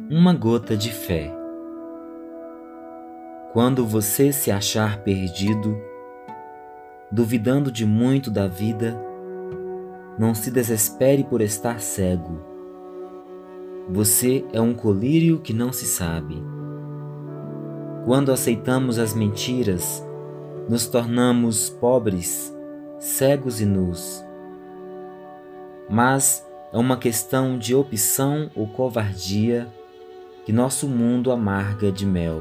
Uma gota de fé. Quando você se achar perdido, duvidando de muito da vida, não se desespere por estar cego. Você é um colírio que não se sabe. Quando aceitamos as mentiras, nos tornamos pobres, cegos e nus. Mas é uma questão de opção ou covardia que nosso mundo amarga de mel.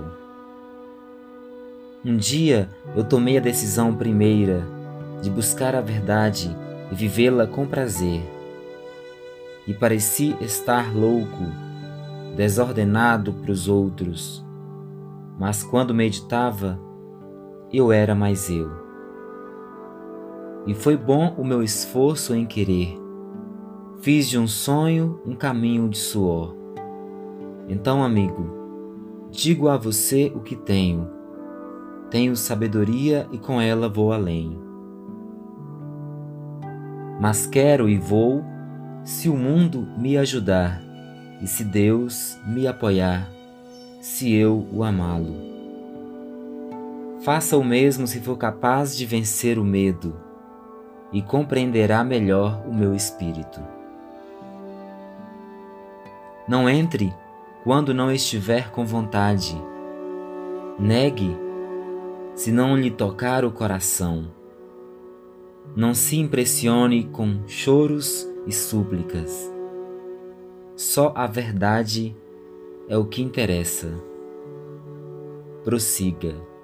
Um dia eu tomei a decisão primeira de buscar a verdade e vivê-la com prazer. E pareci estar louco, desordenado para os outros, mas quando meditava, eu era mais eu. E foi bom o meu esforço em querer. Fiz de um sonho um caminho de suor. Então, amigo, digo a você o que tenho. Tenho sabedoria e com ela vou além. Mas quero e vou se o mundo me ajudar e se Deus me apoiar, se eu o amá-lo. Faça o mesmo se for capaz de vencer o medo e compreenderá melhor o meu espírito. Não entre quando não estiver com vontade. Negue se não lhe tocar o coração. Não se impressione com choros e súplicas. Só a verdade é o que interessa. Prossiga.